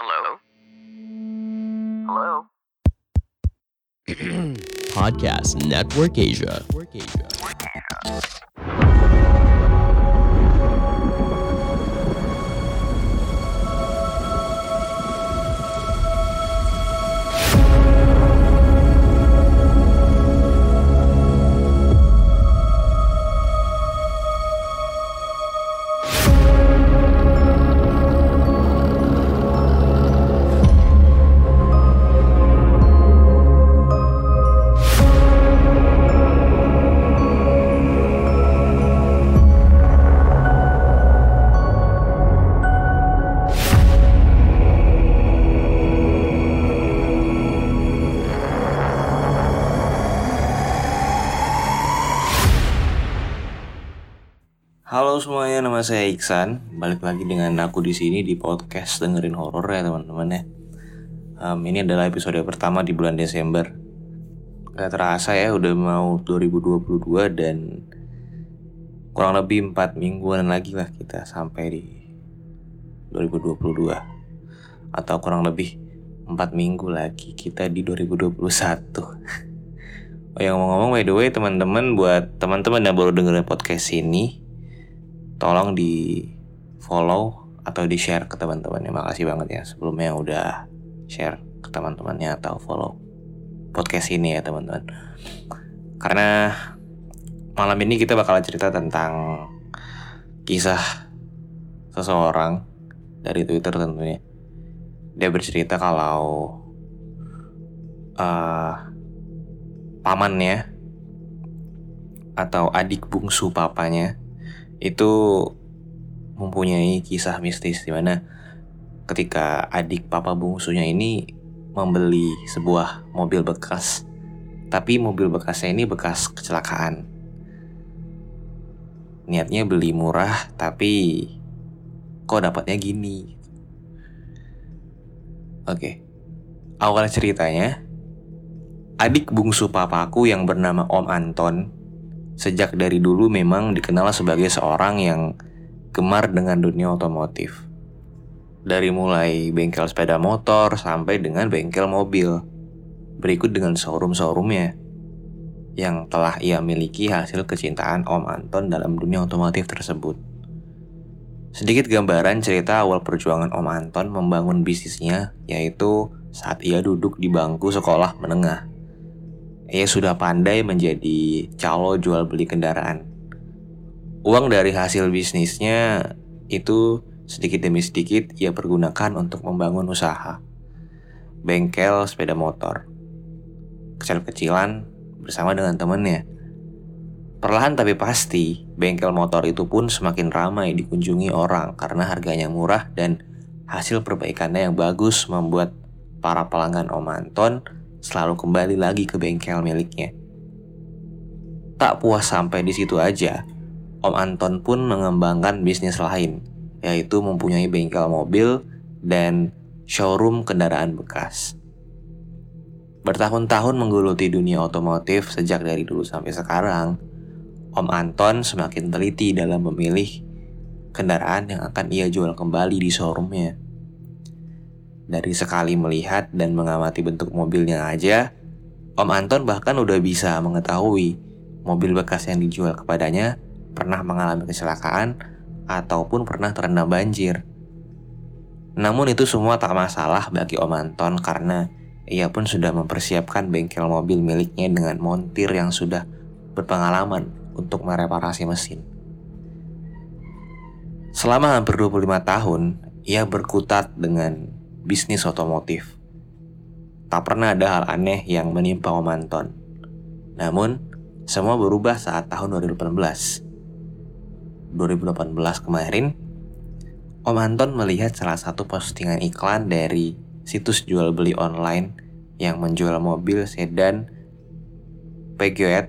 Hello? Hello? Podcast Network Asia. Halo semuanya, nama saya Iksan. Balik lagi dengan aku di sini di podcast dengerin horor ya teman-teman ya. Ini adalah episode pertama di bulan Desember. Gak terasa ya udah mau 2022 dan kurang lebih 4 mingguan lagi lah kita sampai di 2022. Atau kurang lebih 4 minggu lagi kita di 2021. Oh yang ngomong by the way teman-teman, buat teman-teman yang baru dengerin podcast ini, tolong di follow atau di share ke teman-temannya. Makasih banget ya sebelumnya udah share ke teman-temannya atau follow podcast ini ya teman-teman. Karena malam ini kita bakal cerita tentang kisah seseorang dari Twitter tentunya. Dia bercerita kalau pamannya atau adik bungsu papanya itu mempunyai kisah mistis di mana ketika adik papa bungsunya ini membeli sebuah mobil bekas, tapi mobil bekasnya ini bekas kecelakaan. Niatnya beli murah, tapi kok dapatnya gini. Oke. Awal ceritanya, adik bungsu papaku yang bernama Om Anton sejak dari dulu memang dikenal sebagai seorang yang gemar dengan dunia otomotif. Dari mulai bengkel sepeda motor sampai dengan bengkel mobil. Berikut dengan showroom-showroomnya yang telah ia miliki hasil kecintaan Om Anton dalam dunia otomotif tersebut. Sedikit gambaran cerita awal perjuangan Om Anton membangun bisnisnya, yaitu saat ia duduk di bangku sekolah menengah. Ia sudah pandai menjadi calo jual beli kendaraan. Uang dari hasil bisnisnya itu sedikit demi sedikit ia pergunakan untuk membangun usaha bengkel sepeda motor kecil-kecilan bersama dengan temannya. Perlahan tapi pasti, bengkel motor itu pun semakin ramai dikunjungi orang karena harganya murah dan hasil perbaikannya yang bagus membuat para pelanggan Om Anton selalu kembali lagi ke bengkel miliknya. Tak puas sampai di situ aja, Om Anton pun mengembangkan bisnis lain, yaitu mempunyai bengkel mobil dan showroom kendaraan bekas. Bertahun-tahun menggeluti dunia otomotif sejak dari dulu sampai sekarang, Om Anton semakin teliti dalam memilih kendaraan yang akan ia jual kembali di showroomnya. Dari sekali melihat dan mengamati bentuk mobilnya aja, Om Anton bahkan udah bisa mengetahui mobil bekas yang dijual kepadanya pernah mengalami kecelakaan ataupun pernah terendam banjir. Namun itu semua tak masalah bagi Om Anton karena ia pun sudah mempersiapkan bengkel mobil miliknya dengan montir yang sudah berpengalaman untuk mereparasi mesin. Selama hampir 25 tahun, ia berkutat dengan bisnis otomotif. Tak pernah ada hal aneh yang menimpa Om Anton. Namun, semua berubah saat tahun 2018 kemarin, Om Anton melihat salah satu postingan iklan dari situs jual beli online yang menjual mobil sedan Peugeot,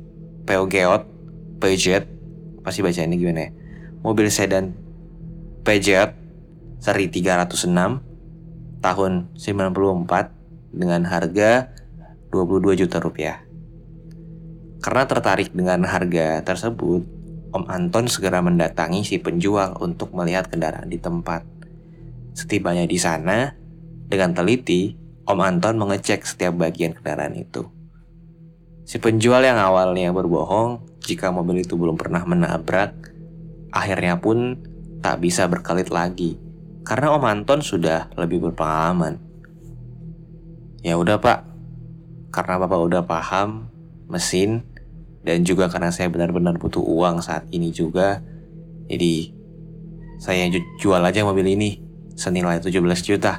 pasti bacanya gimana ya? Mobil sedan Peugeot seri 306 tahun 94 dengan harga 22 juta rupiah. Karena tertarik dengan harga tersebut, Om Anton segera mendatangi si penjual untuk melihat kendaraan di tempat. Setibanya di sana, Dengan teliti, Om Anton mengecek setiap bagian kendaraan itu. Si penjual yang awalnya berbohong jika mobil itu belum pernah menabrak, akhirnya pun tak bisa berkelit lagi karena Om Anton sudah lebih berpengalaman. Ya udah Pak, karena Bapak udah paham mesin dan juga karena saya benar-benar butuh uang saat ini juga, jadi saya jual aja mobil ini senilai 17 juta.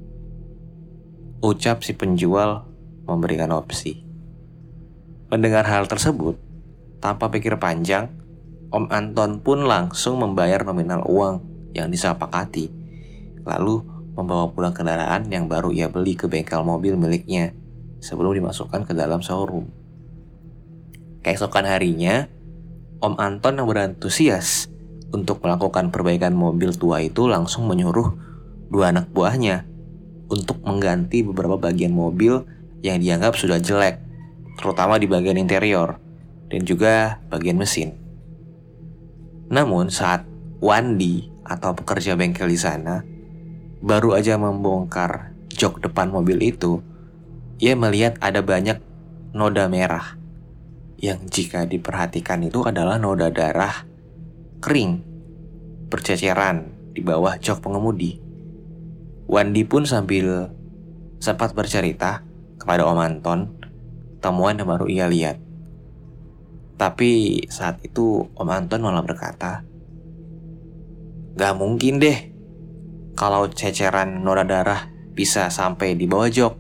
Ucap si penjual memberikan opsi. Mendengar hal tersebut, tanpa pikir panjang, Om Anton pun langsung membayar nominal uang yang disepakati, lalu membawa pulang kendaraan yang baru ia beli ke bengkel mobil miliknya sebelum dimasukkan ke dalam showroom. Keesokan harinya, Om Anton yang berantusias untuk melakukan perbaikan mobil tua itu langsung menyuruh 2 anak buahnya untuk mengganti beberapa bagian mobil yang dianggap sudah jelek, terutama di bagian interior dan juga bagian mesin. Namun saat Wandi atau pekerja bengkel di sana baru aja membongkar jok depan mobil itu, ia melihat ada banyak noda merah yang jika diperhatikan itu adalah noda darah kering berceceran di bawah jok pengemudi. Wandi pun sambil sempat bercerita kepada Om Anton temuan yang baru ia lihat. Tapi saat itu Om Anton malah berkata, "Gak mungkin deh kalau ceceran noda darah bisa sampai di bawah jok.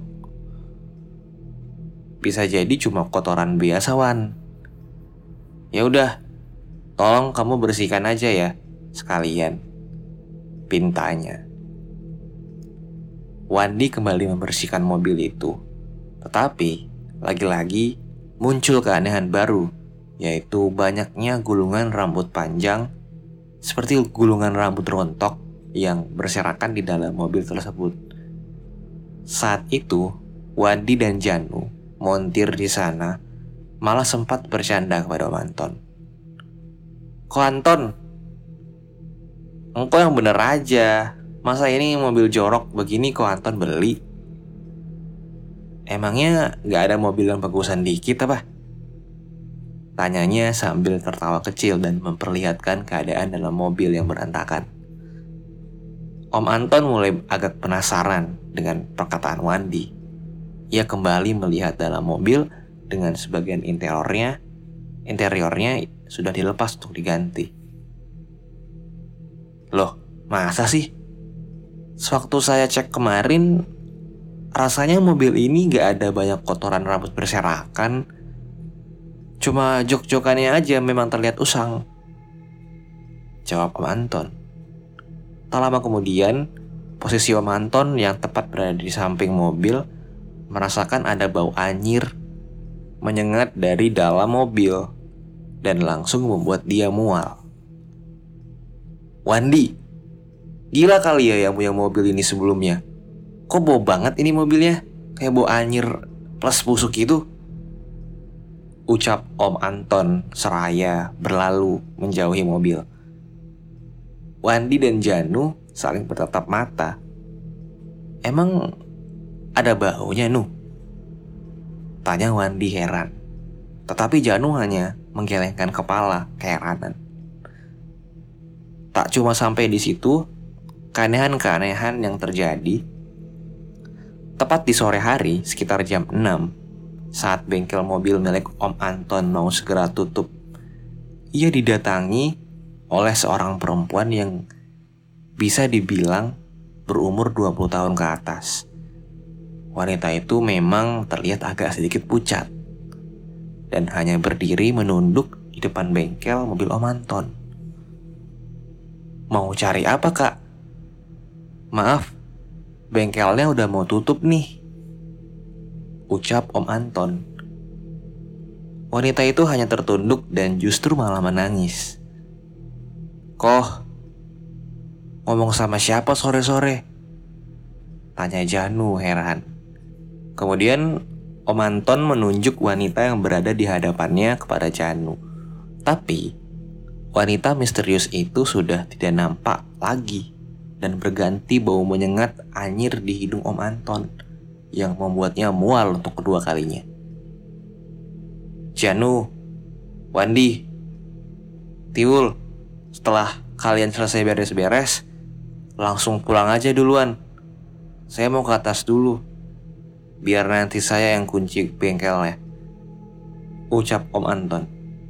Bisa jadi cuma kotoran biasa, Wan. Ya udah, tolong kamu bersihkan aja ya sekalian," pintanya. Wandi kembali membersihkan mobil itu. Tetapi lagi-lagi muncul keanehan baru, yaitu banyaknya gulungan rambut panjang seperti gulungan rambut rontok yang berserakan di dalam mobil tersebut. Saat itu, Wandi dan Janu montir di sana malah sempat bercanda kepada Om Anton. "Kok Anton, engkau yang bener aja. Masa ini mobil jorok begini kok Anton beli? Emangnya gak ada mobil yang bagusan dikit apa?" Tanyanya sambil tertawa kecil dan memperlihatkan keadaan dalam mobil yang berantakan. Om Anton mulai agak penasaran dengan perkataan Wandi. Ia kembali melihat dalam mobil dengan sebagian interiornya sudah dilepas untuk diganti. "Loh, masa sih? Sewaktu saya cek kemarin, rasanya mobil ini gak ada banyak kotoran rambut berserakan. Cuma jok-jokannya aja memang terlihat usang," jawab Om Anton. Tak lama kemudian, posisi Om Anton yang tepat berada di samping mobil merasakan ada bau anyir menyengat dari dalam mobil dan langsung membuat dia mual. "Wandi, gila kali ya yang punya mobil ini sebelumnya. Kok bau banget ini mobilnya? Kayak bau anyir plus busuk gitu," ucap Om Anton seraya berlalu menjauhi mobil. Wandi dan Janu saling bertatap mata. "Emang ada baunya, Nu?" tanya Wandi heran. Tetapi Janu hanya menggelengkan kepala keheranan. Tak cuma sampai di situ, keanehan-keanehan yang terjadi. Tepat di sore hari sekitar jam 6, saat bengkel mobil milik Om Anton mau segera tutup, ia didatangi oleh seorang perempuan yang bisa dibilang berumur 20 tahun ke atas. Wanita itu memang terlihat agak sedikit pucat dan hanya berdiri menunduk di depan bengkel mobil Om Anton. "Mau cari apa, Kak? Maaf, bengkelnya udah mau tutup nih," ucap Om Anton. Wanita itu hanya tertunduk dan justru malah menangis. "Kok ngomong sama siapa sore-sore?" tanya Janu heran. Kemudian Om Anton menunjuk wanita yang berada di hadapannya kepada Janu. Tapi wanita misterius itu sudah tidak nampak lagi dan berganti bau menyengat anyir di hidung Om Anton yang membuatnya mual untuk kedua kalinya. Janu, Wandi, Tiwul, setelah kalian selesai beres-beres, langsung pulang aja duluan. Saya mau ke atas dulu, biar nanti saya yang kunci bengkelnya, ucap Om Anton.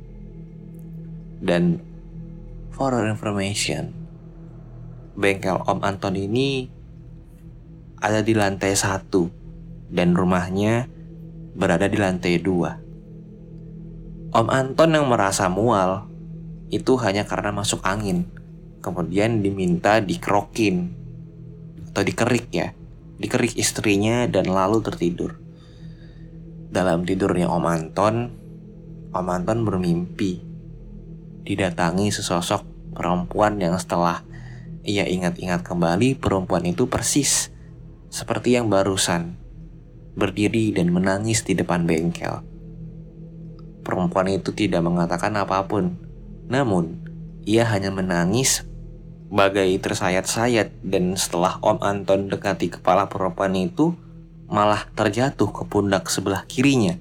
Dan for your information, bengkel Om Anton ini ada di lantai 1 dan rumahnya berada di lantai 2. Om Anton yang merasa mual itu hanya karena masuk angin, kemudian diminta dikerokin atau dikerik ya, dikerik istrinya dan lalu tertidur. Dalam tidurnya Om Anton bermimpi didatangi sesosok perempuan yang setelah ia ingat-ingat kembali, perempuan itu persis seperti yang barusan berdiri dan menangis di depan bengkel. Perempuan itu tidak mengatakan apapun, namun ia hanya menangis bagai tersayat-sayat, dan setelah Om Anton dekati kepala perempuan itu, malah terjatuh ke pundak sebelah kirinya.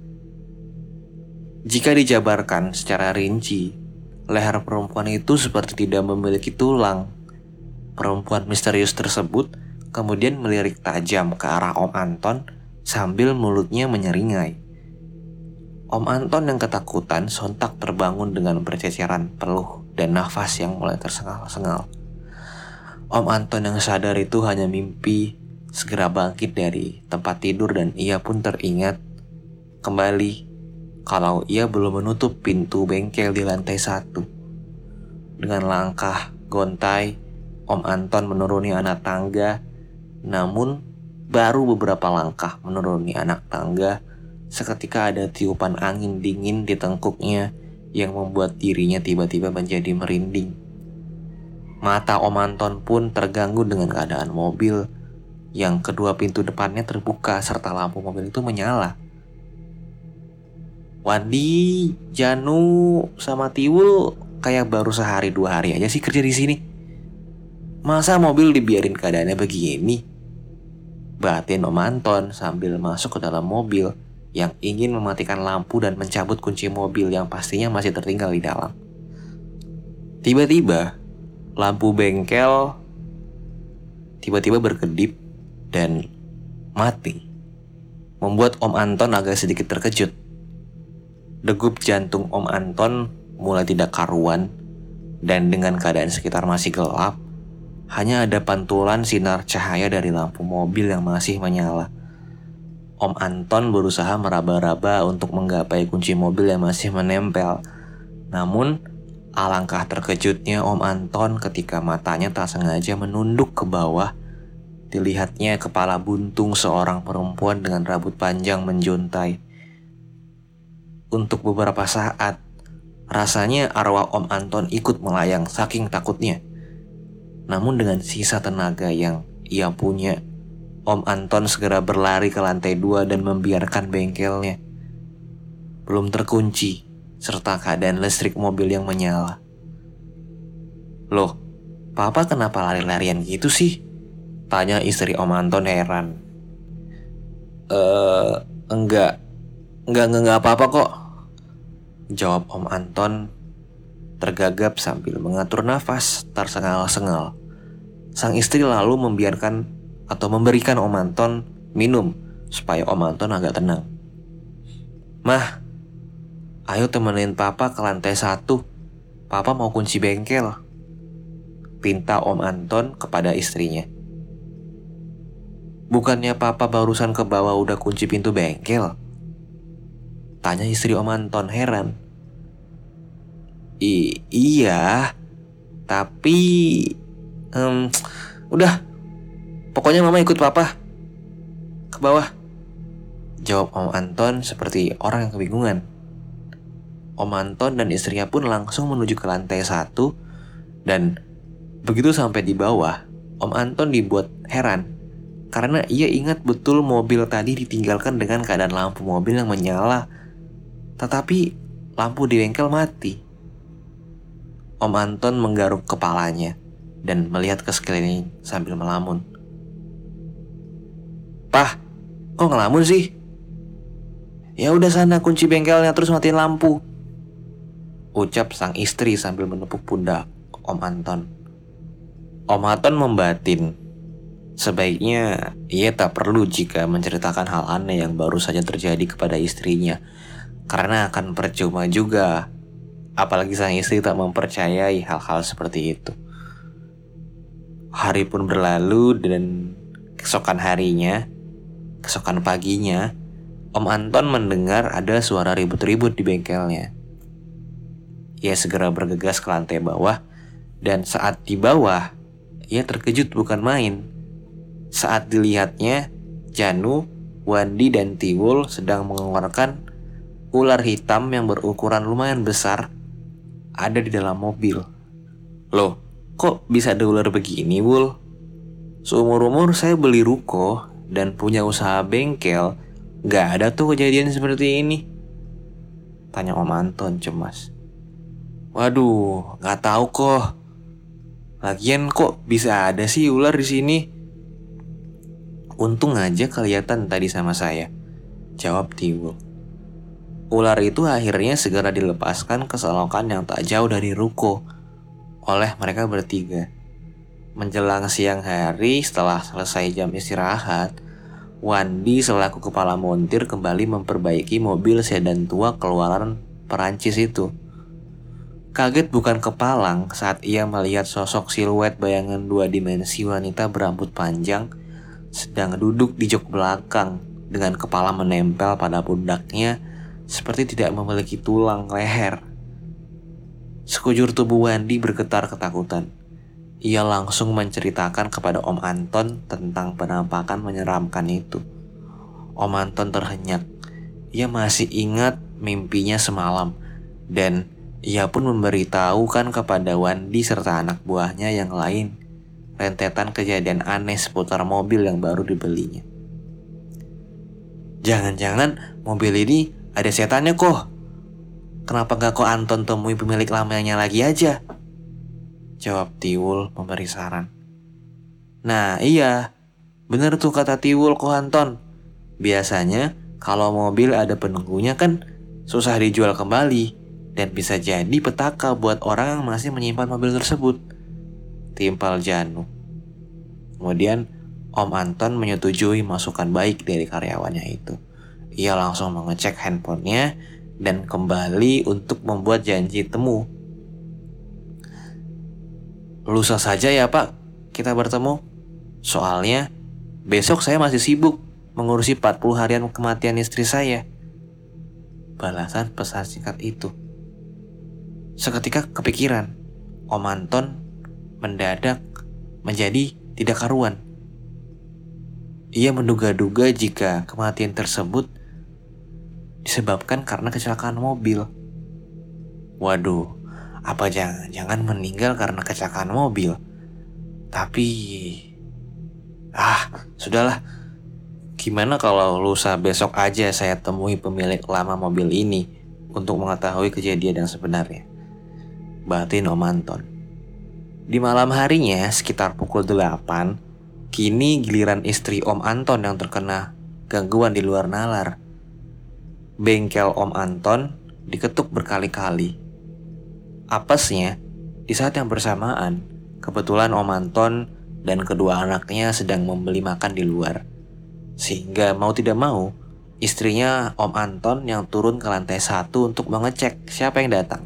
Jika dijabarkan secara rinci, leher perempuan itu seperti tidak memiliki tulang. Perempuan misterius tersebut kemudian melirik tajam ke arah Om Anton sambil mulutnya menyeringai. Om Anton yang ketakutan sontak terbangun dengan berceceran peluh dan nafas yang mulai tersengal-sengal. Om Anton yang sadar itu hanya mimpi segera bangkit dari tempat tidur, dan ia pun teringat kembali kalau ia belum menutup pintu bengkel di lantai 1. Dengan langkah gontai, Om Anton menuruni anak tangga, namun baru beberapa langkah menuruni anak tangga, seketika ada tiupan angin dingin di tengkuknya yang membuat dirinya tiba-tiba menjadi merinding. Mata Om Anton pun terganggu dengan keadaan mobil yang kedua pintu depannya terbuka serta lampu mobil itu menyala. Wandi, Janu, sama Tiwul kayak baru sehari 2 hari aja sih kerja di sini. Masa mobil dibiarin keadaannya begini? Batin Om Anton sambil masuk ke dalam mobil yang ingin mematikan lampu dan mencabut kunci mobil yang pastinya masih tertinggal di dalam. Tiba-tiba lampu bengkel tiba-tiba berkedip dan mati, membuat Om Anton agak sedikit terkejut. Degup jantung Om Anton mulai tidak karuan, dan dengan keadaan sekitar masih gelap, hanya ada pantulan sinar cahaya dari lampu mobil yang masih menyala. Om Anton berusaha meraba-raba untuk menggapai kunci mobil yang masih menempel. Namun, alangkah terkejutnya Om Anton ketika matanya tak sengaja menunduk ke bawah. Dilihatnya kepala buntung seorang perempuan dengan rambut panjang menjuntai. Untuk beberapa saat, rasanya arwah Om Anton ikut melayang saking takutnya. Namun dengan sisa tenaga yang ia punya, Om Anton segera berlari ke lantai 2 dan membiarkan bengkelnya belum terkunci serta keadaan listrik mobil yang menyala. Loh, Papa kenapa lari-larian gitu sih? Tanya istri Om Anton heran. Enggak apa-apa kok, jawab Om Anton tergagap sambil mengatur nafas tersengal-sengal. Sang istri lalu memberikan Om Anton minum supaya Om Anton agak tenang. Mah, ayo temenin Papa ke lantai 1. Papa mau kunci bengkel, pinta Om Anton kepada istrinya. Bukannya Papa barusan ke bawah udah kunci pintu bengkel? Tanya istri Om Anton heran. Iya, tapi udah, pokoknya Mama ikut Papa ke bawah, jawab Om Anton seperti orang yang kebingungan. Om Anton dan istrinya pun langsung menuju ke lantai 1, dan begitu sampai di bawah, Om Anton dibuat heran karena ia ingat betul mobil tadi ditinggalkan dengan keadaan lampu mobil yang menyala, tetapi lampu di bengkel mati. Om Anton menggaruk kepalanya dan melihat ke sekeliling sambil melamun. "Pah, kok ngelamun sih? Ya udah sana kunci bengkelnya terus matiin lampu," ucap sang istri sambil menepuk pundak Om Anton. Om Anton membatin, sebaiknya ia tak perlu jika menceritakan hal aneh yang baru saja terjadi kepada istrinya, karena akan percuma juga, apalagi sang istri tak mempercayai hal-hal seperti itu. Hari pun berlalu dan keesokan paginya, Om Anton mendengar ada suara ribut-ribut di bengkelnya. Ia segera bergegas ke lantai bawah, dan saat di bawah, ia terkejut bukan main. Saat dilihatnya, Janu, Wandi, dan Tiwul sedang mengeluarkan ular hitam yang berukuran lumayan besar ada di dalam mobil. "Loh, kok bisa ada ular begini, Wul? Seumur-umur saya beli ruko dan punya usaha bengkel, gak ada tuh kejadian seperti ini," tanya Om Anton cemas. "Waduh, gak tahu kok. Lagian kok bisa ada sih ular di sini? Untung aja kelihatan tadi sama saya," jawab Tiwul. Ular itu akhirnya segera dilepaskan ke selokan yang tak jauh dari ruko oleh mereka bertiga. Menjelang siang hari setelah selesai jam istirahat, Wandi selaku kepala montir kembali memperbaiki mobil sedan tua keluaran Perancis itu. Kaget bukan kepalang saat ia melihat sosok siluet bayangan 2 dimensi wanita berambut panjang sedang duduk di jok belakang dengan kepala menempel pada pundaknya seperti tidak memiliki tulang leher. Sekujur tubuh Wandi bergetar ketakutan. Ia langsung menceritakan kepada Om Anton tentang penampakan menyeramkan itu. Om Anton terhenyak. Ia masih ingat mimpinya semalam, dan ia pun memberitahukan kepada Wandi serta anak buahnya yang lain rentetan kejadian aneh seputar mobil yang baru dibelinya. "Jangan-jangan mobil ini ada setannya kok. Kenapa gak kok Anton temui pemilik lamanya lagi aja?" jawab Tiwul memberi saran. "Nah iya, bener tuh kata Tiwul kok Anton. Biasanya kalau mobil ada penunggunya kan susah dijual kembali dan bisa jadi petaka buat orang yang masih menyimpan mobil tersebut," timpal Janu. Kemudian Om Anton menyetujui masukan baik dari karyawannya itu. Ia langsung mengecek handphonenya dan kembali untuk membuat janji temu. "Lusa saja ya Pak, kita bertemu. Soalnya besok saya masih sibuk mengurusi 40 harian kematian istri saya," balasan pesan singkat itu. Seketika kepikiran, Om Anton mendadak menjadi tidak karuan. Ia menduga-duga jika kematian tersebut disebabkan karena kecelakaan mobil. Waduh, apa jangan-jangan meninggal karena kecelakaan mobil? Tapi, sudahlah. Gimana kalau lusa besok aja saya temui pemilik lama mobil ini untuk mengetahui kejadian yang sebenarnya, batin Om Anton. Di malam harinya sekitar pukul 8, kini giliran istri Om Anton yang terkena gangguan di luar nalar. Bengkel Om Anton diketuk berkali-kali. Apesnya, di saat yang bersamaan, kebetulan Om Anton dan kedua anaknya sedang membeli makan di luar. Sehingga mau tidak mau, istrinya Om Anton yang turun ke lantai 1 untuk mengecek siapa yang datang.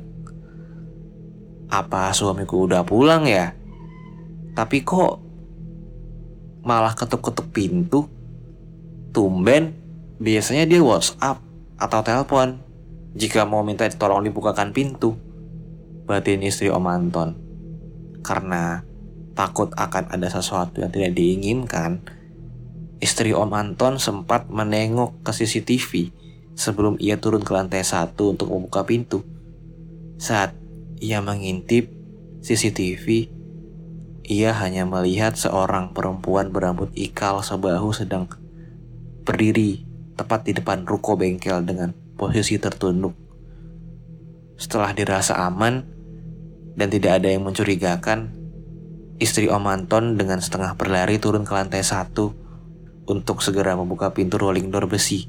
"Apa suamiku udah pulang ya? Tapi kok malah ketuk-ketuk pintu? Tumben, biasanya dia WhatsApp atau telepon jika mau minta tolong dibukakan pintu," batin istri Om Anton. Karena takut akan ada sesuatu yang tidak diinginkan, istri Om Anton sempat menengok ke CCTV sebelum ia turun ke lantai 1 untuk membuka pintu. Saat ia mengintip CCTV, ia hanya melihat seorang perempuan berambut ikal sebahu sedang berdiri tepat di depan ruko bengkel dengan posisi tertunduk. Setelah dirasa aman dan tidak ada yang mencurigakan, Istri Om Anton dengan setengah berlari turun ke lantai 1 untuk segera membuka pintu rolling door besi.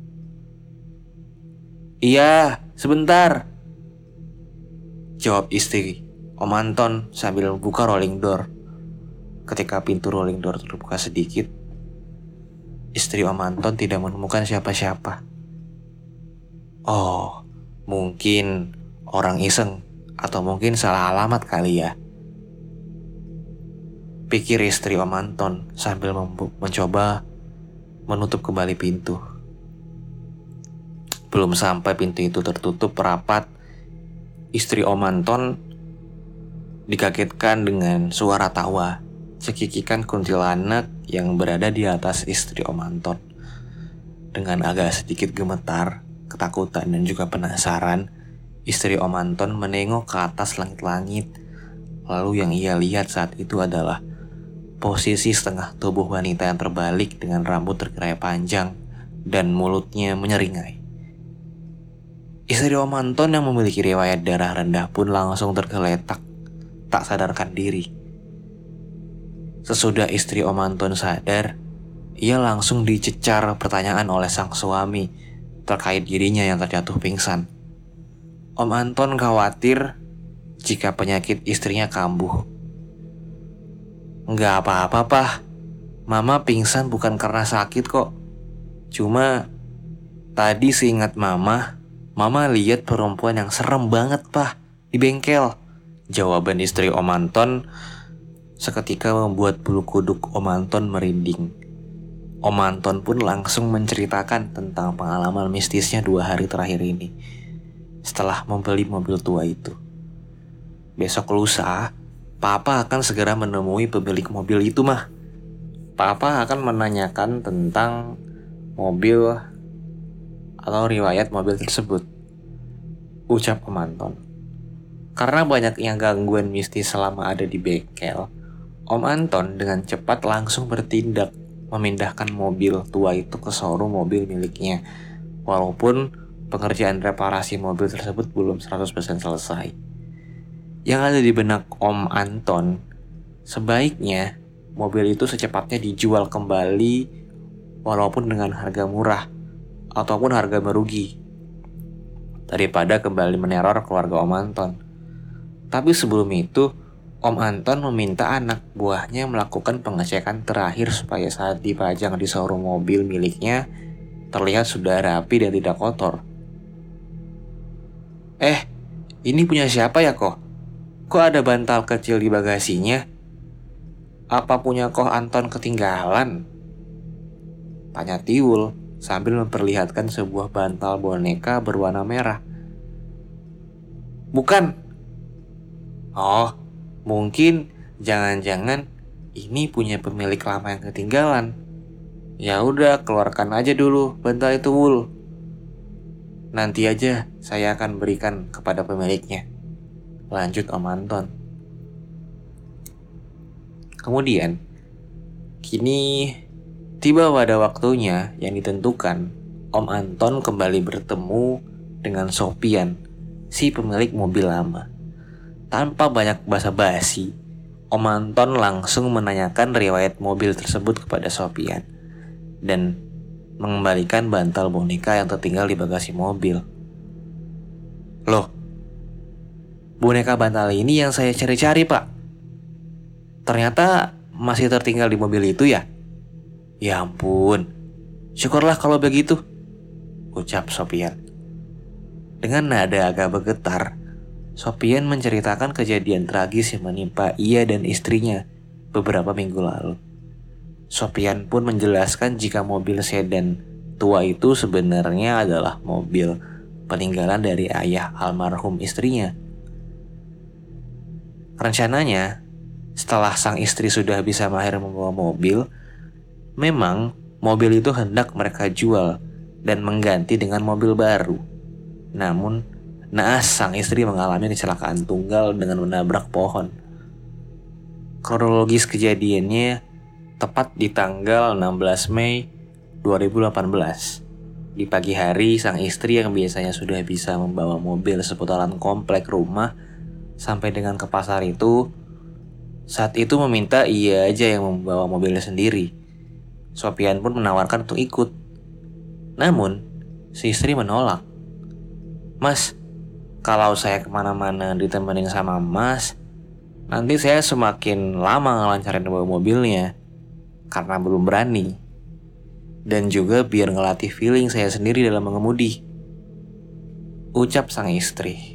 "Iya, sebentar," jawab istri Om Anton sambil membuka rolling door. Ketika pintu rolling door terbuka sedikit, istri Om Anton tidak menemukan siapa-siapa. "Oh, mungkin orang iseng atau mungkin salah alamat kali ya," pikir istri Om Anton sambil mencoba menutup kembali pintu. Belum sampai pintu itu tertutup rapat, istri Om Anton dikagetkan dengan suara tawa cekikikan kuntilanak yang berada di atas istri Om Anton. Dengan agak sedikit gemetar, ketakutan dan juga penasaran, istri Om Anton menengok ke atas langit-langit. Lalu yang ia lihat saat itu adalah posisi setengah tubuh wanita yang terbalik dengan rambut tergerai panjang dan mulutnya menyeringai. Istri Om Anton yang memiliki riwayat darah rendah pun langsung tergeletak, tak sadarkan diri. Sesudah istri Om Anton sadar, ia langsung dicecar pertanyaan oleh sang suami terkait dirinya yang terjatuh pingsan. Om Anton khawatir jika penyakit istrinya kambuh. "Nggak apa-apa, Pak. Mama pingsan bukan karena sakit kok. Cuma tadi seingat Mama lihat perempuan yang serem banget, Pak, di bengkel," jawaban istri Om Anton seketika membuat bulu kuduk Om Anton merinding. Om Anton pun langsung menceritakan tentang pengalaman mistisnya 2 hari terakhir ini setelah membeli mobil tua itu. "Besok lusa, Papa akan segera menemui pemilik mobil itu, Mah. Papa akan menanyakan tentang mobil atau riwayat mobil tersebut," ucap Om Anton. Karena banyaknya gangguan mistis selama ada di bengkel, Om Anton dengan cepat langsung bertindak memindahkan mobil tua itu ke showroom mobil miliknya, walaupun pengerjaan reparasi mobil tersebut belum 100% selesai. Yang ada di benak Om Anton, sebaiknya mobil itu secepatnya dijual kembali walaupun dengan harga murah ataupun harga merugi, daripada kembali meneror keluarga Om Anton. Tapi sebelum itu, Om Anton meminta anak buahnya melakukan pengecekan terakhir supaya saat dipajang di showroom mobil miliknya terlihat sudah rapi dan tidak kotor. Ini punya siapa ya kok? Kok ada bantal kecil di bagasinya? Apa punya Koh Anton ketinggalan?" tanya Tiwul sambil memperlihatkan sebuah bantal boneka berwarna merah. "Bukan." "Oh, mungkin jangan-jangan ini punya pemilik lama yang ketinggalan. Ya udah, keluarkan aja dulu bantal itu, Wul. Nanti aja saya akan berikan kepada pemiliknya," lanjut Om Anton. Kemudian, kini tiba pada waktunya yang ditentukan. Om Anton kembali bertemu dengan Sopian, si pemilik mobil lama. Tanpa banyak basa-basi, Om Anton langsung menanyakan riwayat mobil tersebut kepada Sopian dan mengembalikan bantal boneka yang tertinggal di bagasi mobil. "Loh, boneka bantal ini yang saya cari-cari, Pak. Ternyata masih tertinggal di mobil itu ya? Ya ampun, syukurlah kalau begitu," ucap Sopian. Dengan nada agak bergetar, Sopian menceritakan kejadian tragis yang menimpa ia dan istrinya beberapa minggu lalu. Sopian pun menjelaskan jika mobil sedan tua itu sebenarnya adalah mobil peninggalan dari ayah almarhum istrinya. Rencananya, setelah sang istri sudah bisa mahir membawa mobil, memang mobil itu hendak mereka jual dan mengganti dengan mobil baru. Namun, naas sang istri mengalami kecelakaan tunggal dengan menabrak pohon. Kronologis kejadiannya tepat di tanggal 16 Mei 2018. Di pagi hari, sang istri yang biasanya sudah bisa membawa mobil seputaran komplek rumah sampai dengan ke pasar itu Saat itu meminta ia aja yang membawa mobilnya sendiri. Sofian pun menawarkan untuk ikut. Namun, si istri menolak. "Mas, kalau saya kemana-mana ditemenin sama Mas, nanti saya semakin lama ngelancarin bawa mobilnya karena belum berani. Dan juga biar ngelatih feeling saya sendiri dalam mengemudi," ucap sang istri.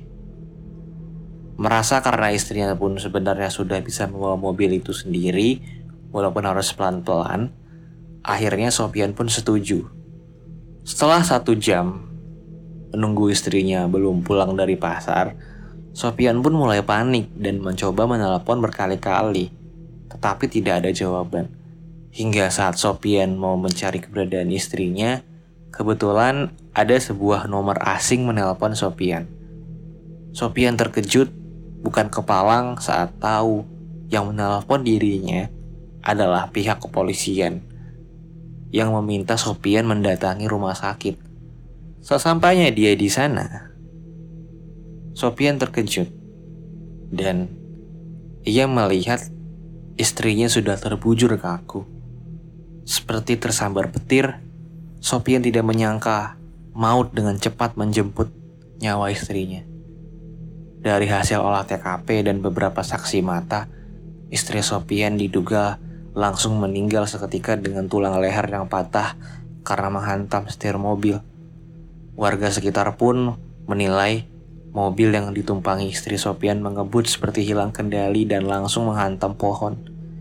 Merasa karena istrinya pun sebenarnya sudah bisa membawa mobil itu sendiri, walaupun harus pelan-pelan, akhirnya Sofian pun setuju. Setelah 1 jam menunggu istrinya belum pulang dari pasar, Sofian pun mulai panik dan mencoba menelepon berkali-kali, tetapi tidak ada jawaban. Hingga saat Sofian mau mencari keberadaan istrinya, kebetulan ada sebuah nomor asing menelpon Sofian. Sofian terkejut, bukan kepalang saat tahu yang menelpon dirinya adalah pihak kepolisian yang meminta Sofian mendatangi rumah sakit. Sesampainya dia di sana, Sofian terkejut dan ia melihat istrinya sudah terbujur kaku. Seperti tersambar petir, Sofian tidak menyangka maut dengan cepat menjemput nyawa istrinya. Dari hasil olah TKP dan beberapa saksi mata, istri Sofian diduga langsung meninggal seketika dengan tulang leher yang patah karena menghantam setir mobil. Warga sekitar pun menilai mobil yang ditumpangi istri Sofian mengebut seperti hilang kendali dan langsung menghantam pohon.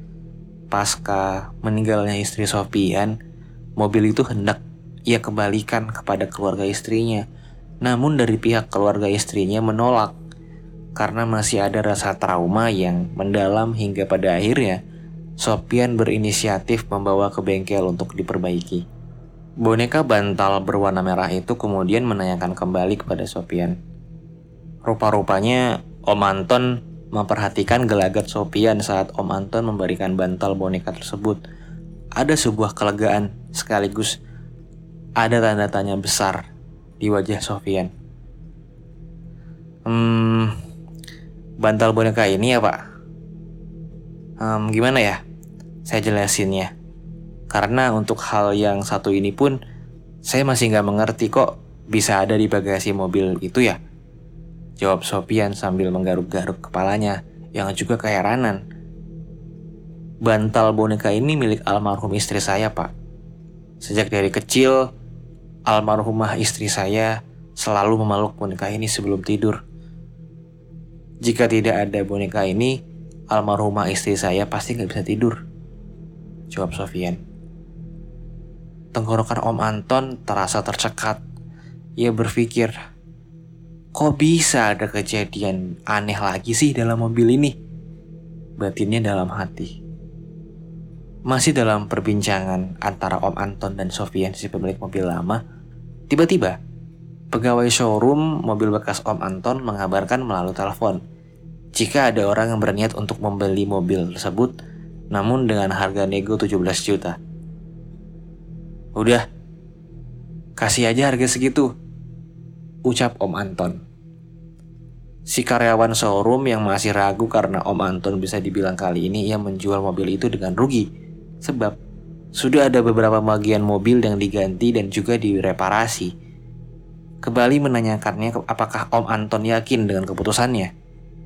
Pasca meninggalnya istri Sofian, mobil itu hendak ia kembalikan kepada keluarga istrinya. Namun dari pihak keluarga istrinya menolak karena masih ada rasa trauma yang mendalam hingga pada akhirnya Sofian berinisiatif membawa ke bengkel untuk diperbaiki. Boneka bantal berwarna merah itu kemudian menanyakan kembali kepada Sofian. Rupa-rupanya Om Anton memperhatikan gelagat Sofian saat Om Anton memberikan bantal boneka tersebut. Ada sebuah kelegaan sekaligus ada tanda tanya besar di wajah Sofian. Bantal boneka ini ya Pak? Gimana ya? Saya jelasinnya. Karena untuk hal yang satu ini pun saya masih gak mengerti kok bisa ada di bagasi mobil itu ya? Jawab Sofian sambil menggaruk-garuk kepalanya yang juga keheranan. Bantal boneka ini milik almarhum istri saya Pak. Sejak dari kecil, almarhumah istri saya selalu memeluk boneka ini sebelum tidur. Jika tidak ada boneka ini, almarhumah istri saya pasti gak bisa tidur, jawab Sofian. Tenggorokan Om Anton terasa tercekat. Ia berpikir, kok bisa ada kejadian aneh lagi sih dalam mobil ini? Batinnya dalam hati. Masih dalam perbincangan antara Om Anton dan Sofian si pemilik mobil lama, tiba-tiba pegawai showroom mobil bekas Om Anton mengabarkan melalui telepon jika ada orang yang berniat untuk membeli mobil tersebut, namun dengan harga nego 17 juta. Udah, kasih aja harga segitu, ucap Om Anton. Si karyawan showroom yang masih ragu karena Om Anton bisa dibilang kali ini ia menjual mobil itu dengan rugi, sebab sudah ada beberapa bagian mobil yang diganti dan juga direparasi. Kembali menanyakannya apakah Om Anton yakin dengan keputusannya.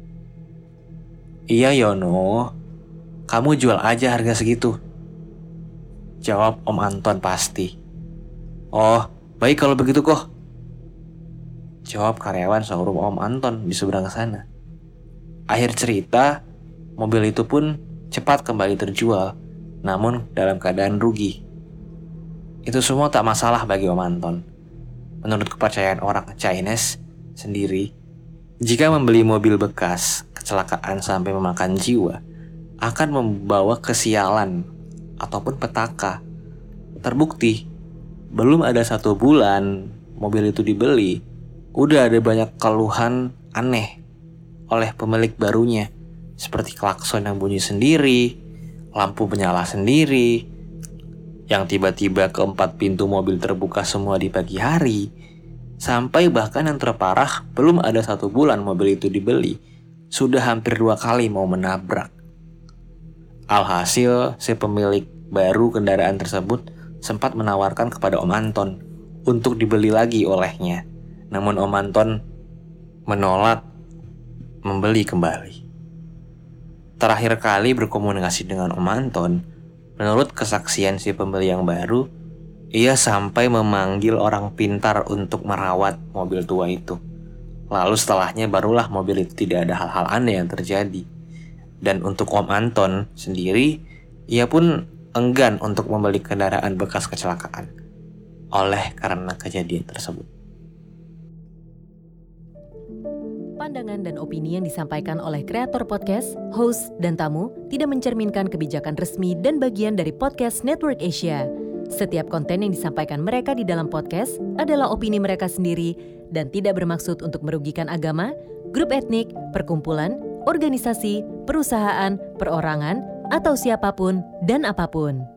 Iya Yono, kamu jual aja harga segitu, jawab Om Anton pasti. Oh, baik kalau begitu kok, jawab karyawan showroom Om Anton di seberang sana. Akhir cerita, mobil itu pun cepat kembali terjual, namun dalam keadaan rugi. Itu semua tak masalah bagi Om Anton. Menurut kepercayaan orang Chinese sendiri, jika membeli mobil bekas, kecelakaan sampai memakan jiwa akan membawa kesialan ataupun petaka. Terbukti, belum ada 1 bulan mobil itu dibeli, udah ada banyak keluhan aneh oleh pemilik barunya, seperti klakson yang bunyi sendiri, lampu menyala sendiri, yang tiba-tiba keempat pintu mobil terbuka semua di pagi hari, sampai bahkan yang terparah belum ada 1 bulan mobil itu dibeli, sudah hampir 2 kali mau menabrak. Alhasil, si pemilik baru kendaraan tersebut sempat menawarkan kepada Om Anton untuk dibeli lagi olehnya. Namun Om Anton menolak membeli kembali. Terakhir kali berkomunikasi dengan Om Anton, menurut kesaksian si pembeli yang baru, ia sampai memanggil orang pintar untuk merawat mobil tua itu. Lalu setelahnya barulah mobil itu tidak ada hal-hal aneh yang terjadi. Dan untuk Om Anton sendiri, ia pun enggan untuk membeli kendaraan bekas kecelakaan oleh karena kejadian tersebut. Pandangan dan opini yang disampaikan oleh kreator podcast, host, dan tamu tidak mencerminkan kebijakan resmi dan bagian dari podcast Network Asia. Setiap konten yang disampaikan mereka di dalam podcast adalah opini mereka sendiri dan tidak bermaksud untuk merugikan agama, grup etnik, perkumpulan, organisasi, perusahaan, perorangan, atau siapapun dan apapun.